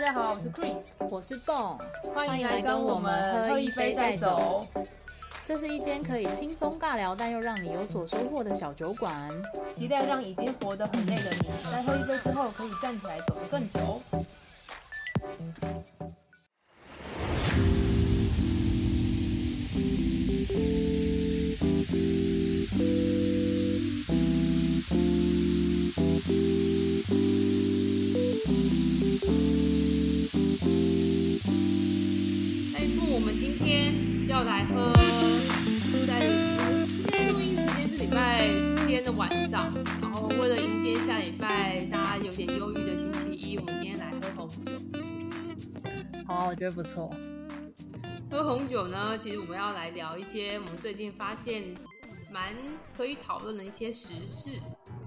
家好，我是 Chris， 我是蹦， 欢迎来跟我们喝一杯再走。 这是一间可以轻松尬聊，但又让你有所收获的小酒馆。 期待让已经活得很累的你，在喝一杯之后可以站起来走得更久。我们今天要来喝，今天录音时间是礼拜天的晚上，然后为了迎接下礼拜大家有点忧郁的星期一，我们今天来喝红酒。 好，我觉得不错。 喝红酒呢，其实我们要来聊一些我们最近发现蛮可以讨论的一些时事。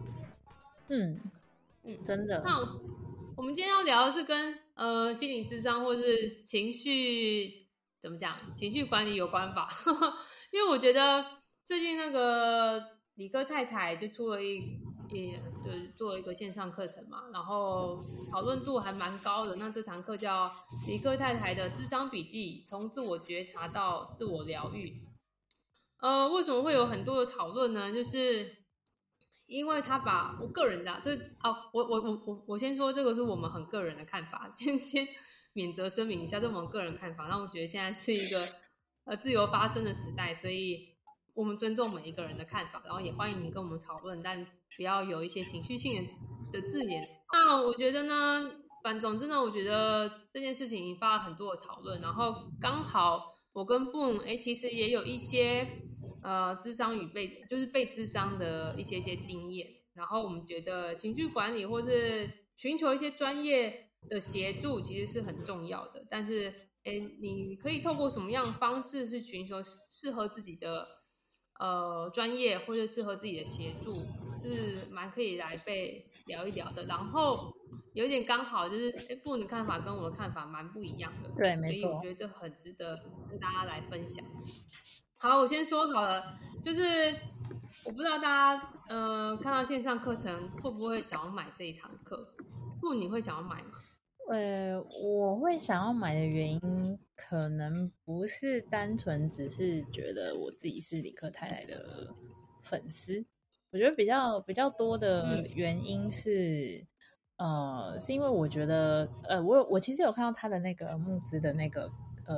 真的。 那我们今天要聊的是跟心理咨商或是情绪怎么讲，情绪管理有关吧。因为我觉得最近那个理科太太就出了就是做了一个线上课程嘛，然后讨论度还蛮高的。那这堂课叫理科太太的咨商笔记，从自我觉察到自我疗愈。为什么会有很多的讨论呢？就是因为他把我个人的我先说这个是我们很个人的看法，先免责声明一下，这是我们个人看法。那我觉得现在是一个自由发声的时代，所以我们尊重每一个人的看法，然后也欢迎你跟我们讨论，但不要有一些情绪性的字眼。那我觉得呢，总之呢，我觉得这件事情引发了很多的讨论，然后刚好我跟 Boom 其实也有一些咨商与被咨商的一些经验，然后我们觉得情绪管理或是寻求一些专业的协助其实是很重要的，但是你可以透过什么样的方式去寻求适合自己的专业或者适合自己的协助，是蛮可以来被聊一聊的。然后有一点刚好就是布你的看法跟我的看法蛮不一样的， 对，没错。 所以我觉得这很值得跟大家来分享。好，我先说好了，就是我不知道大家看到线上课程会不会想要买这一堂课？不，你会想要买吗？ 我会想要买的原因，可能不是单纯只是觉得我自己是理科太太的粉丝，我觉得比较多的原因是，是因为我觉得，我其实有看到他的那个募资的那个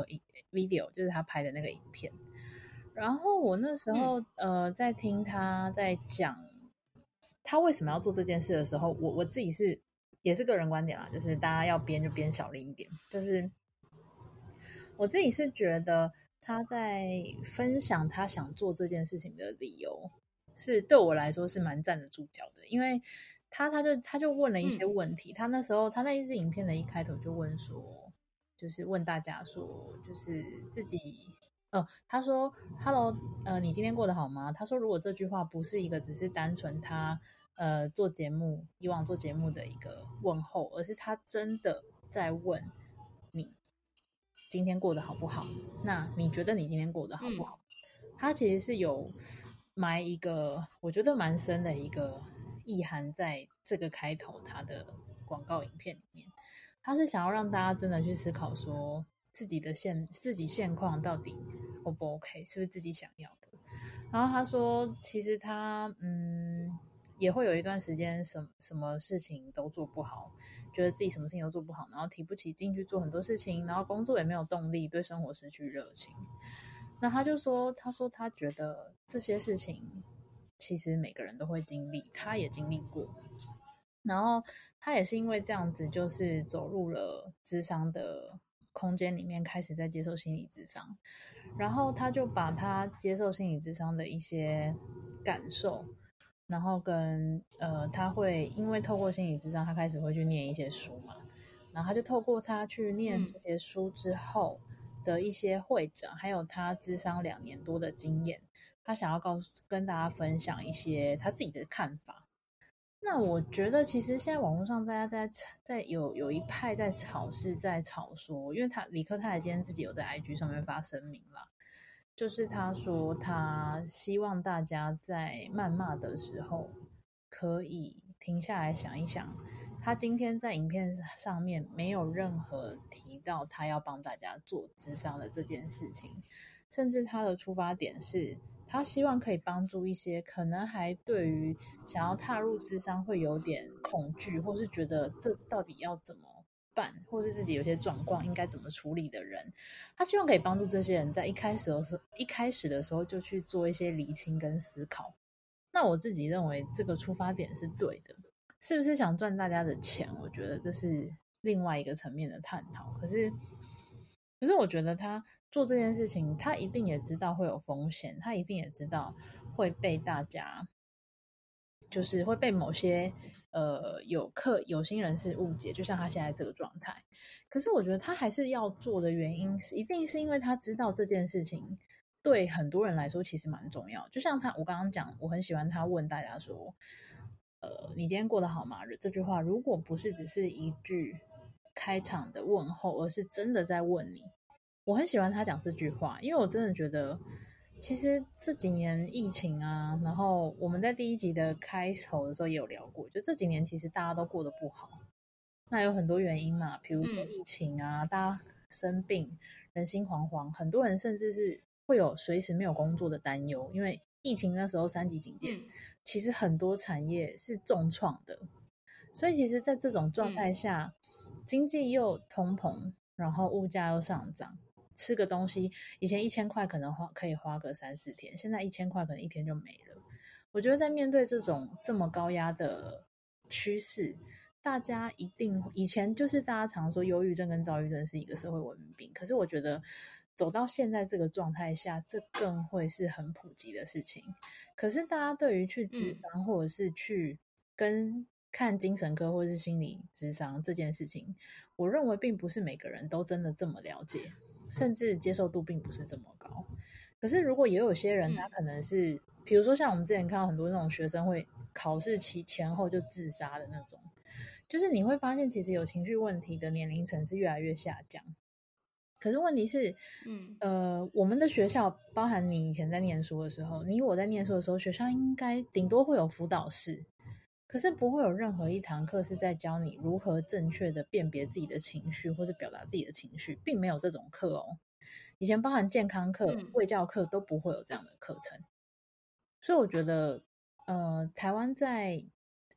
video，就是他拍的那个影片，然后我那时候在听他在讲他为什么要做这件事的时候，我自己也是个人观点啦，就是大家要编就编小力一点。就是我自己是觉得他在分享他想做这件事情的理由，是对我来说是蛮站得住脚的，因为他就问了一些问题。他那时候他那一支影片的一开头就问说，就是问大家说，就是自己他说 Hello， 你今天过得好吗？他说如果这句话不是一个只是单纯他以往做节目的一个问候，而是他真的在问你今天过得好不好，那你觉得你今天过得好不好？他其实是有埋一个我觉得蛮深的一个意涵在这个开头他的广告影片里面，他是想要让大家真的去思考说自己现况到底 O 不 OK， 是不是自己想要的。然后他说其实他也会有一段时间什么事情都做不好，觉得自己什么事情都做不好，然后提不起劲去做很多事情，然后工作也没有动力，对生活失去热情。那他说他觉得这些事情其实每个人都会经历，他也经历过，然后他也是因为这样子就是走入了諮商的空间里面，开始在接受心理諮商，然后他就把他接受心理諮商的一些感受，然后跟他会因为透过心理諮商，他开始会去念一些书嘛，然后他就透过他去念这些书之后的一些会诊，还有他諮商2年多的经验，他想要跟大家分享一些他自己的看法。那我觉得其实现在网络上大家在有一派在吵，是在吵说，因为理科太太今天自己有在 IG 上面发声明啦，就是他说他希望大家在谩骂的时候可以停下来想一想， 他今天在影片上面没有任何提到他要帮大家做諮商的这件事情，甚至他的出发点是他希望可以帮助一些可能还对于想要踏入諮商会有点恐惧，或是觉得这到底要怎么办，或是自己有些状况应该怎么处理的人，他希望可以帮助这些人在一开始的时候就去做一些厘清跟思考。那我自己认为这个出发点是对的，是不是想赚大家的钱？我觉得这是另外一个层面的探讨。可是我觉得他做这件事情，他一定也知道会有风险，他一定也知道会被大家，就是会被某些有心人士误解，就像他现在这个状态。可是我觉得他还是要做的原因，一定是因为他知道这件事情对很多人来说其实蛮重要。就像我刚刚讲，我很喜欢他问大家说，你今天过得好吗？这句话如果不是只是一句开场的问候，而是真的在问你，我很喜欢他讲这句话，因为我真的觉得，其实这几年疫情啊，然后我们在第一集的开头的时候也有聊过，就这几年其实大家都过得不好，那有很多原因嘛，比如说疫情啊，大家生病，人心惶惶，很多人甚至是会有随时没有工作的担忧，因为疫情那时候3级警戒，其实很多产业是重创的，所以其实在这种状态下，经济又通膨，然后物价又上涨，吃个东西以前1000块可能可以花个3-4天，现在1000块可能1天就没了。我觉得在面对这种这么高压的趋势，大家一定以前就是大家常说忧郁症跟躁郁症是一个社会文明病，可是我觉得走到现在这个状态下，这更会是很普及的事情。可是大家对于去諮商或者是去看精神科或者是心理諮商这件事情，我认为并不是每个人都真的这么了解，甚至接受度并不是这么高。可是如果也有些人他可能是比如说像我们之前看到很多那种学生会考试期前后就自杀的那种，就是你会发现其实有情绪问题的年龄层是越来越下降。可是问题是我们的学校包含你以前在念书的时候，我在念书的时候，学校应该顶多会有辅导室，可是不会有任何一堂课是在教你如何正确的辨别自己的情绪或是表达自己的情绪，并没有这种课哦。以前包含健康课、卫教课都不会有这样的课程。所以我觉得台湾在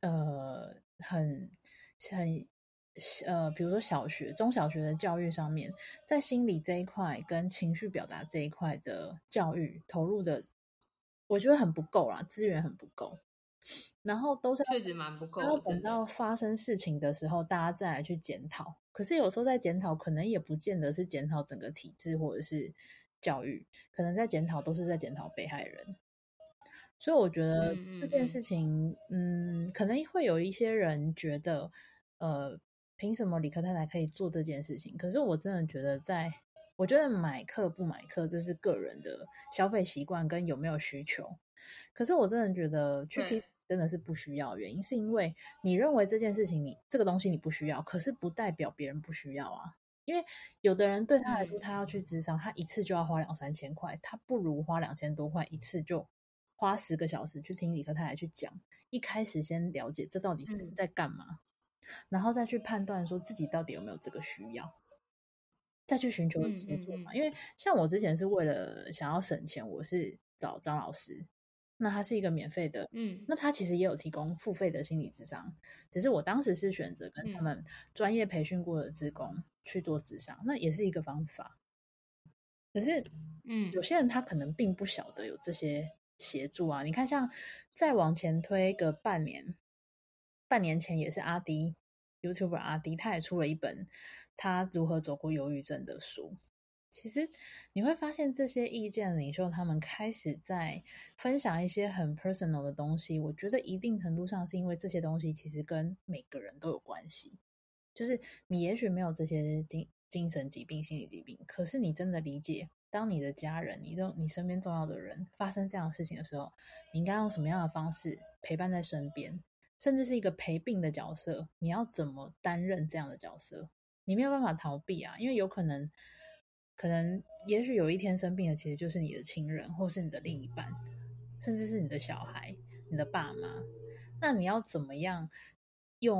比如说中小学的教育上面，在心理这一块跟情绪表达这一块的教育投入的，我觉得很不够啦，资源很不够。然后确实蛮不够的， 要等到发生事情的时候，大家再来去检讨。可是有时候在检讨，可能也不见得是检讨整个体制或者是教育，可能在检讨都是在检讨被害人。所以我觉得这件事情，可能会有一些人觉得，凭什么理科太太可以做这件事情？可是我真的觉得我觉得买课不买课，这是个人的消费习惯跟有没有需求。可是我真的觉得去批真的是不需要，原因是因为你认为这件事情这个东西你不需要，可是不代表别人不需要啊。因为有的人对他来说，他要去諮商，他一次就要花2-3千块，他不如花2000多块一次就花10个小时去听理科太太去讲，一开始先了解这到底是在干嘛，然后再去判断说自己到底有没有这个需要，再去寻求协助嘛。因为像我之前是为了想要省钱，我是找张老师，那他是一个免费的，那他其实也有提供付费的心理諮商，只是我当时是选择跟他们专业培训过的志工去做諮商，那也是一个方法。可是有些人他可能并不晓得有这些协助啊。你看像再往前推个半年前也是阿迪 YouTuber 阿迪，他也出了一本他如何走过忧郁症的书。其实你会发现这些意见领袖他们开始在分享一些很 personal 的东西，我觉得一定程度上是因为这些东西其实跟每个人都有关系。就是你也许没有这些精神疾病、心理疾病，可是你真的理解，当你的家人、你身边重要的人发生这样的事情的时候，你应该用什么样的方式陪伴在身边，甚至是一个陪病的角色，你要怎么担任这样的角色？你没有办法逃避啊，因为有可能也许有一天生病的其实就是你的亲人，或是你的另一半，甚至是你的小孩、你的爸妈。那你要怎么样用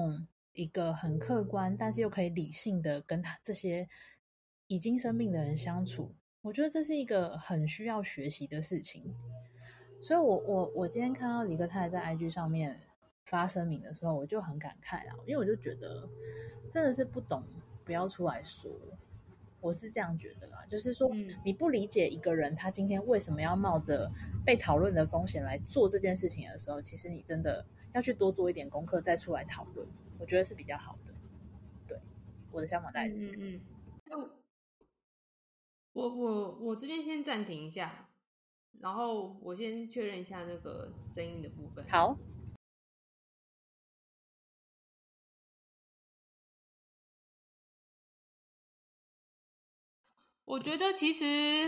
一个很客观，但是又可以理性的跟他这些已经生病的人相处，我觉得这是一个很需要学习的事情。所以我今天看到李克泰在 IG 上面发声明的时候，我就很感慨啦，因为我就觉得真的是不懂不要出来说，我是这样觉得啦，就是说你不理解一个人他今天为什么要冒着被讨论的风险来做这件事情的时候，其实你真的要去多做一点功课再出来讨论，我觉得是比较好的。对，我的想法大概是这样。 我这边先暂停一下，然后我先确认一下那个声音的部分。 好。 我觉得其实，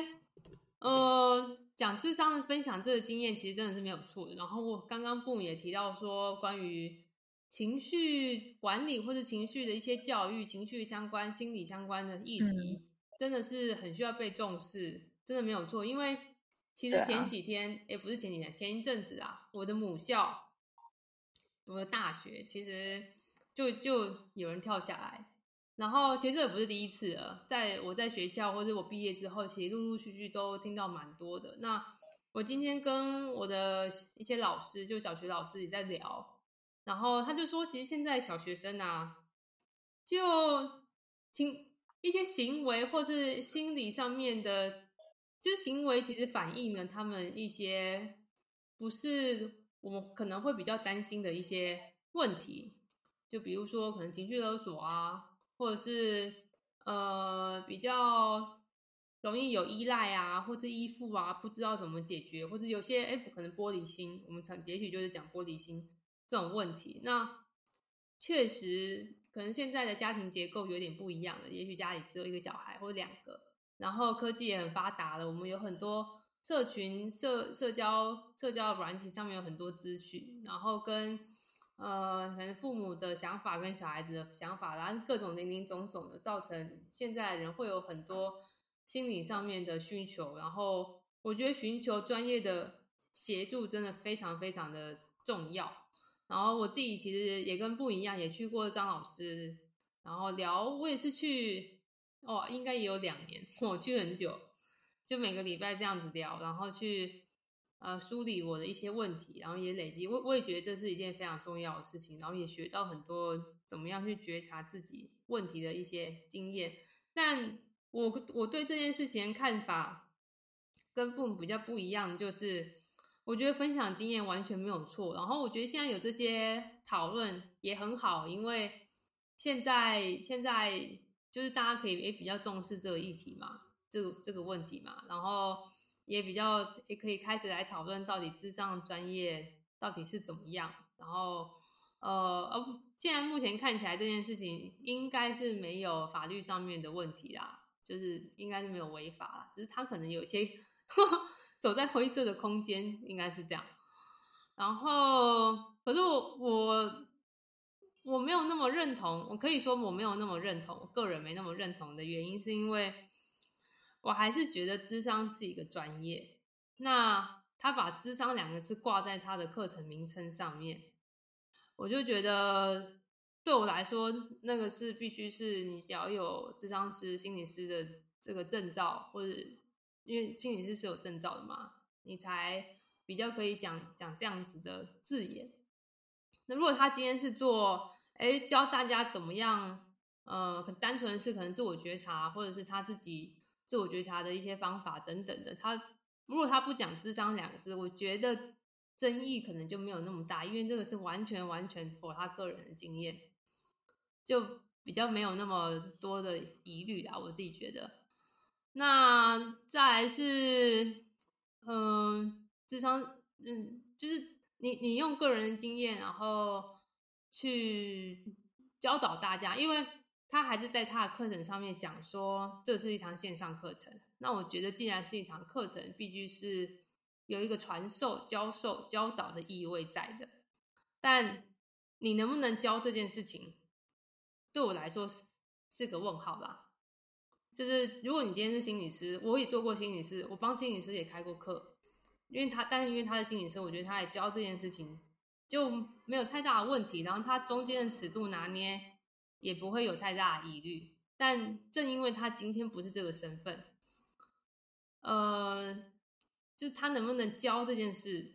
讲智商的分享这个经验，其实真的是没有错的。然后我刚刚布也提到说，关于情绪管理或者情绪的一些教育、情绪相关、心理相关的议题，真的是很需要被重视，真的没有错。因为其实前几天，不是前几天，前一阵子啊，我的母校，我的大学，其实就有人跳下来。然后其实这也不是第一次了，我在学校或者我毕业之后，其实陆陆续续都听到蛮多的。那我今天跟我的一些老师，就小学老师也在聊，然后他就说，其实现在小学生啊，就一些行为或是心理上面的，就是行为其实反映了他们一些不是我们可能会比较担心的一些问题，就比如说可能情绪勒索啊，或者是比较容易有依赖啊，或者依附啊，不知道怎么解决，或者有些不可能玻璃心，我们也许就是讲玻璃心这种问题。那确实可能现在的家庭结构有点不一样了，也许家里只有一个小孩或两个，然后科技也很发达了，我们有很多社群社交软体上面有很多资讯，然后跟可能父母的想法跟小孩子的想法，然后各种零零总总的，造成现在人会有很多心理上面的需求。然后我觉得寻求专业的协助真的非常非常的重要。然后我自己其实也跟不一样，也去过张老师，然后聊，我也是去应该也有2年，我去很久，就每个礼拜这样子聊，然后去梳理我的一些问题，然后也累积，我也觉得这是一件非常重要的事情，然后也学到很多怎么样去觉察自己问题的一些经验。但我对这件事情的看法跟父母比较不一样，就是我觉得分享经验完全没有错，然后我觉得现在有这些讨论也很好，因为现在就是大家可以也比较重视这个议题嘛，这个问题嘛，然后也可以开始来讨论到底諮商专业到底是怎么样，然后现在目前看起来这件事情应该是没有法律上面的问题啦，就是应该是没有违法啦，只是他可能有些走在灰色的空间，应该是这样。然后可是我没有那么认同，我可以说我没有那么认同，我个人没那么认同的原因是因为我还是觉得諮商是一个专业，那他把諮商2个字挂在他的课程名称上面，我就觉得对我来说那个是必须是你要有諮商师心理师的这个证照，或者因为心理师是有证照的嘛，你才比较可以讲这样子的字眼。那如果他今天是做教大家怎么样很单纯是可能自我觉察，或者是他自己自我觉察的一些方法等等的，如果他不讲諮商2个字，我觉得争议可能就没有那么大，因为这个是完全for他个人的经验，就比较没有那么多的疑虑啦，我自己觉得。那再来是諮商就是你用个人的经验，然后去教导大家，因为他还是在他的课程上面讲说这是一堂线上课程，那我觉得既然是一堂课程，必须是有一个传授、教授、教导的意味在的。但你能不能教这件事情，对我来说是个问号啦。就是如果你今天是心理师，我也做过心理师，我帮心理师也开过课，但是因为他是心理师，我觉得他来教这件事情就没有太大的问题，然后它中间的尺度拿捏也不会有太大的疑虑。但正因为他今天不是这个身份，就是他能不能教这件事，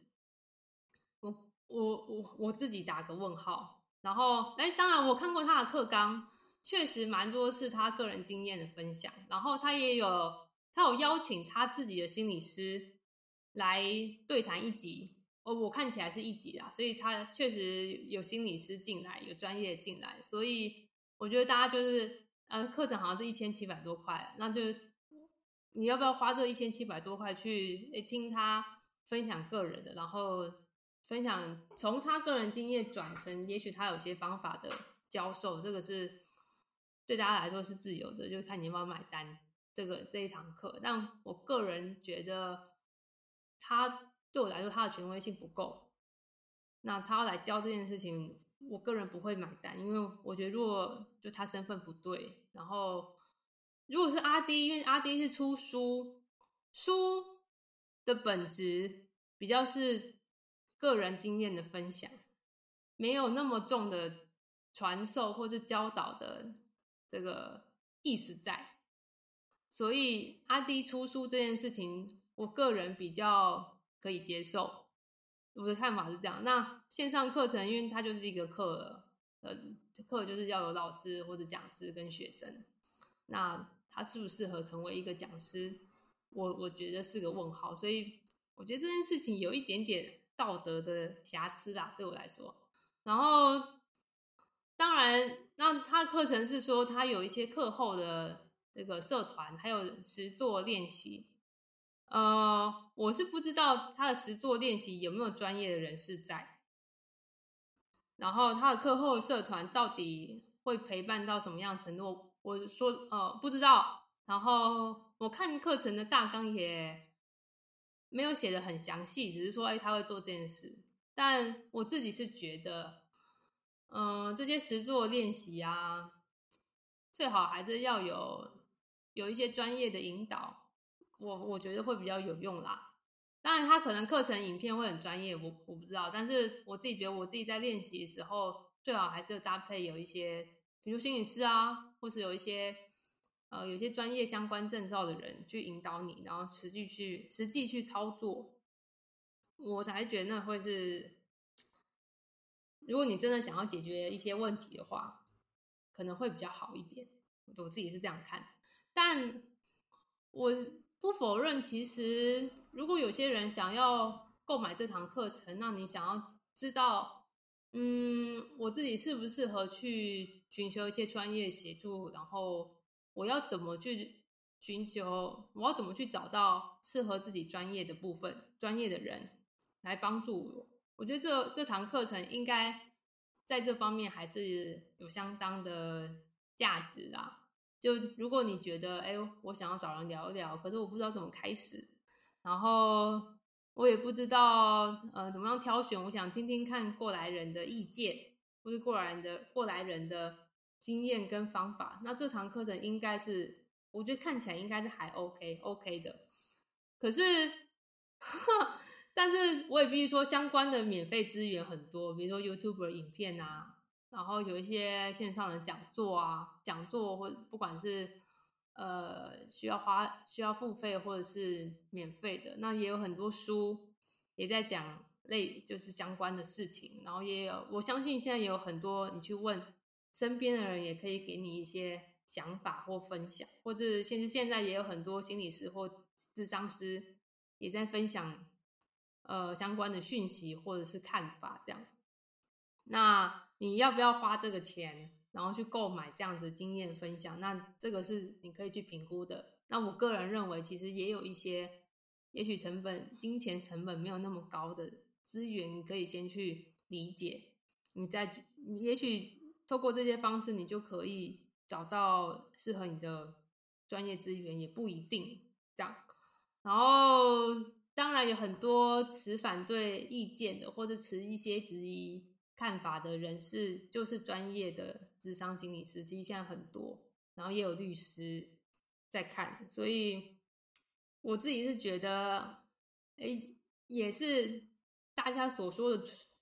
我自己打个问号。然后，当然我看过他的课纲，确实蛮多是他个人经验的分享。然后他有邀请他自己的心理师来对谈一集，我看起来是一集啦，所以他确实有心理师进来，有专业进来，所以我觉得大家就是课程好像是1700多块，那就你要不要花这1700多块去听他分享个人的，然后分享从他个人经验转成也许他有些方法的教授，这个是对大家来说是自由的，就看你要不要买单这一堂课。但我个人觉得他对我来说他的权威性不够，那他要来教这件事情，我个人不会买单，因为我觉得如果就他身份不对，然后如果是阿弟，因为阿弟是出书，书的本质比较是个人经验的分享，没有那么重的传授或者教导的这个意思在，所以阿弟出书这件事情，我个人比较可以接受。我的看法是这样。那线上课程，因为它就是一个课就是要有老师或者讲师跟学生，那他适不适合成为一个讲师，我觉得是个问号。所以我觉得这件事情有一点点道德的瑕疵啦，对我来说。然后当然，那他的课程是说他有一些课后的这个社团，还有实作练习。我是不知道他的实作练习有没有专业的人士在，然后他的课后社团到底会陪伴到什么样的程度，我说不知道。然后我看课程的大纲也没有写的很详细，只是说他会做这件事。但我自己是觉得，这些实作练习啊，最好还是要有一些专业的引导，我觉得会比较有用啦。当然，他可能课程影片会很专业，我不知道，但是我自己觉得我自己在练习的时候，最好还是要搭配有一些，比如心理师啊，或是有一些有些专业相关证照的人去引导你，然后实际去操作，我才觉得那会是，如果你真的想要解决一些问题的话，可能会比较好一点。我自己是这样看，但我不否认，其实如果有些人想要购买这堂课程，那你想要知道，我自己适不适合去寻求一些专业协助，然后我要怎么去我要怎么去找到适合自己专业的部分、专业的人来帮助我。我觉得这堂课程应该在这方面还是有相当的价值啦。就如果你觉得，我想要找人聊一聊，可是我不知道怎么开始，然后我也不知道怎么样挑选，我想听听看过来人的意见，或是过来人的经验跟方法。那这堂课程应该是，我觉得看起来应该是还 OK 的。可是但是我也必须说，相关的免费资源很多，比如说 YouTube 的影片啊，然后有一些线上的讲座或不管是需要付费或者是免费的，那也有很多书也在讲就是相关的事情，然后也有我相信现在也有很多你去问身边的人，也可以给你一些想法或分享，或者现在也有很多心理师或咨商师也在分享相关的讯息或者是看法这样。那你要不要花这个钱，然后去购买这样子经验分享？那这个是你可以去评估的。那我个人认为，其实也有一些，也许金钱成本没有那么高的资源，你可以先去理解。你也许透过这些方式，你就可以找到适合你的专业资源，也不一定这样。然后当然有很多持反对意见的，或者持一些质疑看法的人士，就是专业的諮商心理师，其实现在很多，然后也有律师在看，所以我自己是觉得，也是大家所说的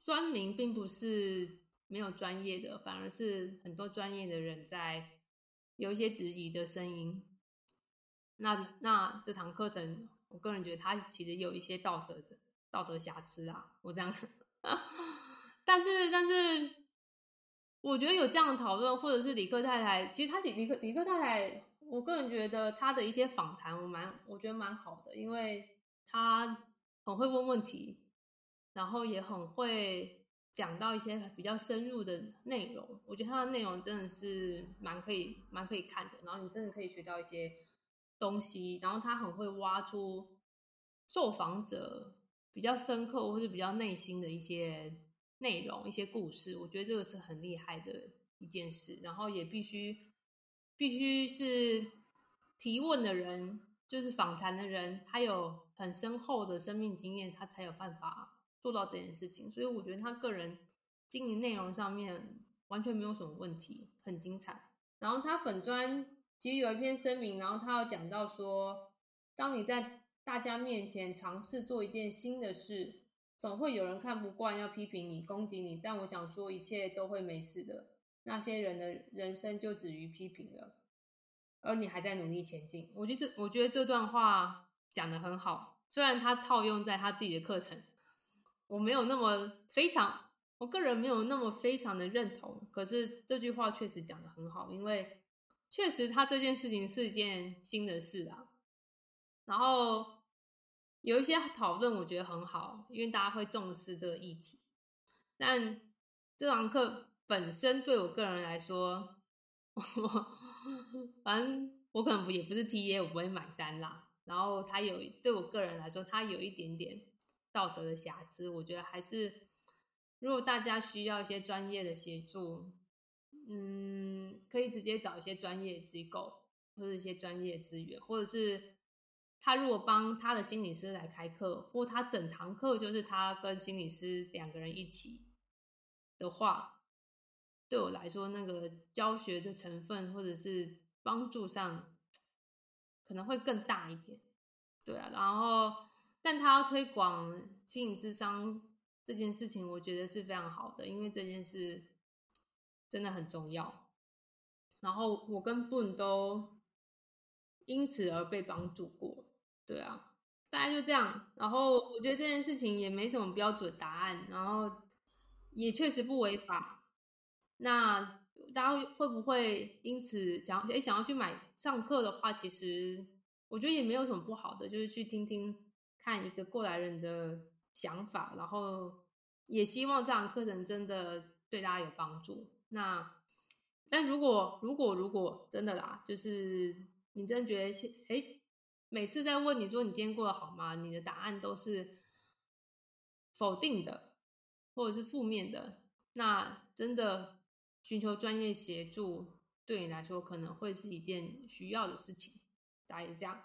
酸民并不是没有专业的，反而是很多专业的人在有一些质疑的声音。那这堂课程，我个人觉得它其实有一些道德瑕疵啊，我这样但是我觉得有这样的讨论，或者是理科太太，其实理科太太，我个人觉得她的一些访谈，我觉得蛮好的，因为她很会问问题，然后也很会讲到一些比较深入的内容。我觉得她的内容真的是蛮可以看的，然后你真的可以学到一些东西，然后她很会挖出受访者比较深刻或是比较内心的一些内容、一些故事，我觉得这个是很厉害的一件事。然后也必须是提问的人，就是访谈的人，他有很深厚的生命经验，他才有办法做到这件事情。所以我觉得他个人经营内容上面完全没有什么问题，很精彩。然后他粉专其实有一篇声明，然后他有讲到说，当你在大家面前尝试做一件新的事，总会有人看不惯，要批评你、攻击你。但我想说，一切都会没事的。那些人的人生就止于批评了，而你还在努力前进。我觉得这段话讲得很好，虽然他套用在他自己的课程，我没有那么非常，我个人没有那么非常的认同。可是这句话确实讲得很好，因为确实他这件事情是一件新的事啊。然后有一些讨论我觉得很好，因为大家会重视这个议题。但这堂课本身对我个人来说，反正我可能也不是 TA，我不会买单啦。然后对我个人来说，它有一点点道德的瑕疵。我觉得还是，如果大家需要一些专业的协助，可以直接找一些专业机构或者一些专业资源，或者是他如果帮他的心理师来开课，或他整堂课就是他跟心理师两个人一起的话，对我来说那个教学的成分或者是帮助上可能会更大一点。对啊，然后但他要推广心理咨商这件事情，我觉得是非常好的，因为这件事真的很重要。然后我跟 Boone 都因此而被帮助过。对啊，大概就这样。然后我觉得这件事情也没什么标准答案，然后也确实不违法。那大家会不会因此想要去上课的话，其实我觉得也没有什么不好的，就是去听听看一个过来人的想法，然后也希望这堂课程真的对大家有帮助。但如果真的啦，就是你真的觉得每次在问你说你今天过得好吗，你的答案都是否定的或者是负面的，那真的寻求专业协助对你来说可能会是一件需要的事情，大概是这样。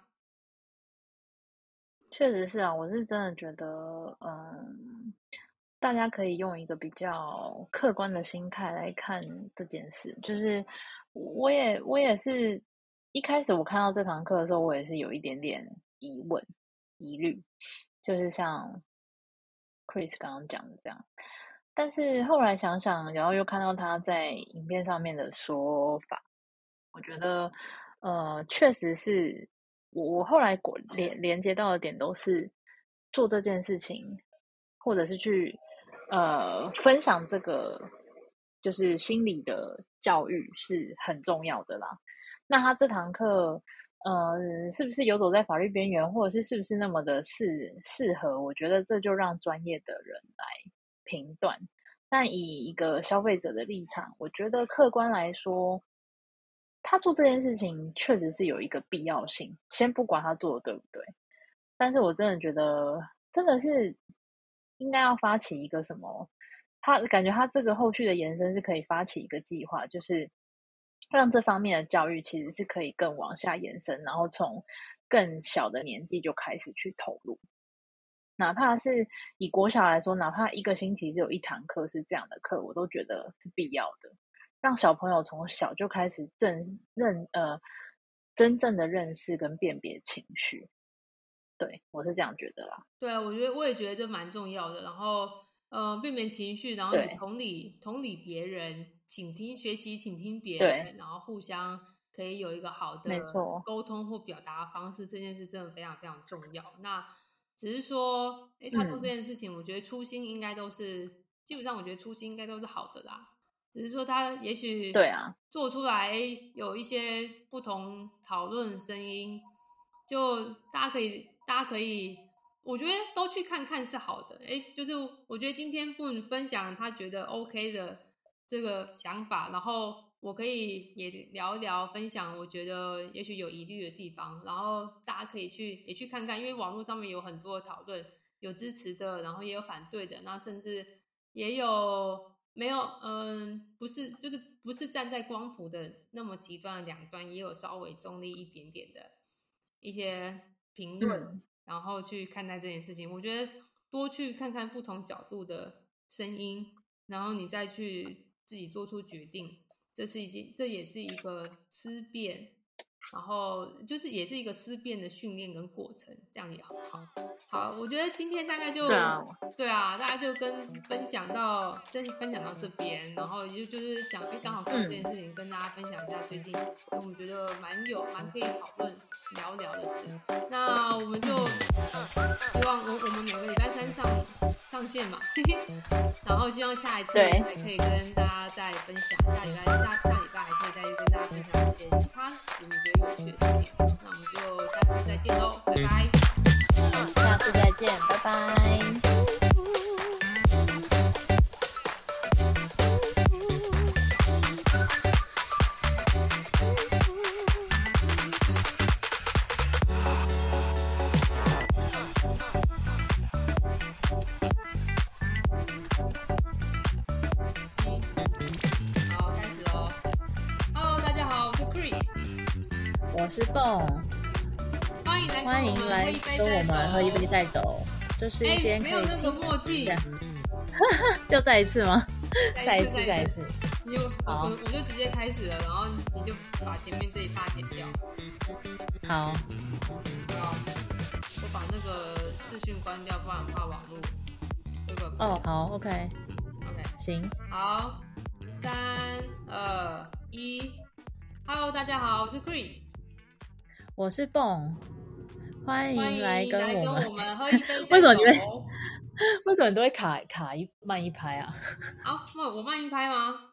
确实是啊，我是真的觉得，大家可以用一个比较客观的心态来看这件事。就是我也是一开始我看到这堂课的时候，我也是有一点点疑虑，就是像 Chris 刚刚讲的这样。但是后来想想，然后又看到他在影片上面的说法，我觉得，确实是我后来连接到的点都是做这件事情，或者是去分享这个就是心理的教育是很重要的啦。那他这堂课，是不是游走在法律边缘，或者是不是那么的适合？我觉得这就让专业的人来评断。但以一个消费者的立场，我觉得客观来说，他做这件事情确实是有一个必要性。先不管他做的对不对，但是我真的觉得，真的是应该要发起一个什么？他感觉他这个后续的延伸是可以发起一个计划，就是让这方面的教育其实是可以更往下延伸，然后从更小的年纪就开始去投入。哪怕是以国小来说，哪怕一个星期只有一堂课是这样的课，我都觉得是必要的。让小朋友从小就开始真正的认识跟辨别情绪。对，我是这样觉得啦。 对啊，我也觉得这蛮重要的。然后辨别情绪，然后你同理别人，倾听学习，倾听别人，然后互相可以有一个好的沟通或表达方式，这件事真的非常非常重要。那只是说HR做这件事情，我觉得初心应该都是，基本上我觉得初心应该都是好的啦。只是说他也许做出来有一些不同讨论声音，就大家可以，我觉得都去看看是好的。就是我觉得今天不分享他觉得 OK 的这个想法，然后我可以也聊一聊，分享我觉得也许有疑虑的地方，然后大家可以也去看看，因为网络上面有很多的讨论，有支持的，然后也有反对的，然后甚至也有没有不是站在光谱的那么极端的两端，也有稍微中立一点点的一些评论，然后去看待这件事情。我觉得多去看看不同角度的声音，然后你再去自己做出决定，这也是一个思辨，然后就是也是一个思辨的训练跟过程，这样也好。我觉得今天大概就对啊，大家就分享到这边，然后就是讲刚好这件事情跟大家分享一下最近我们觉得蛮可以讨论聊聊的事。那我们就希望我们每个礼拜3上线嘛然后希望下一次还可以跟大家再分享，下礼拜还可以再跟大家分享一些其他我们觉得有趣的事情。那我们就下次再见喽，拜拜。 下次再见，拜拜。我是蹦， 欢迎来跟我们喝一杯带走，就是一间可以没有那个默契， 就再一次吗？再一次， 我就直接开始了，然后你就把前面这一趴剪掉。 好， 我把那个视讯关掉，不然怕网络。 好 ，OK， 行， 好，3、2、1 ，Hello， 大家好，我是 Chris。 我是蹦，欢迎来跟我们喝一杯。 为什么你都会卡慢一拍啊？ 好，我慢一拍吗？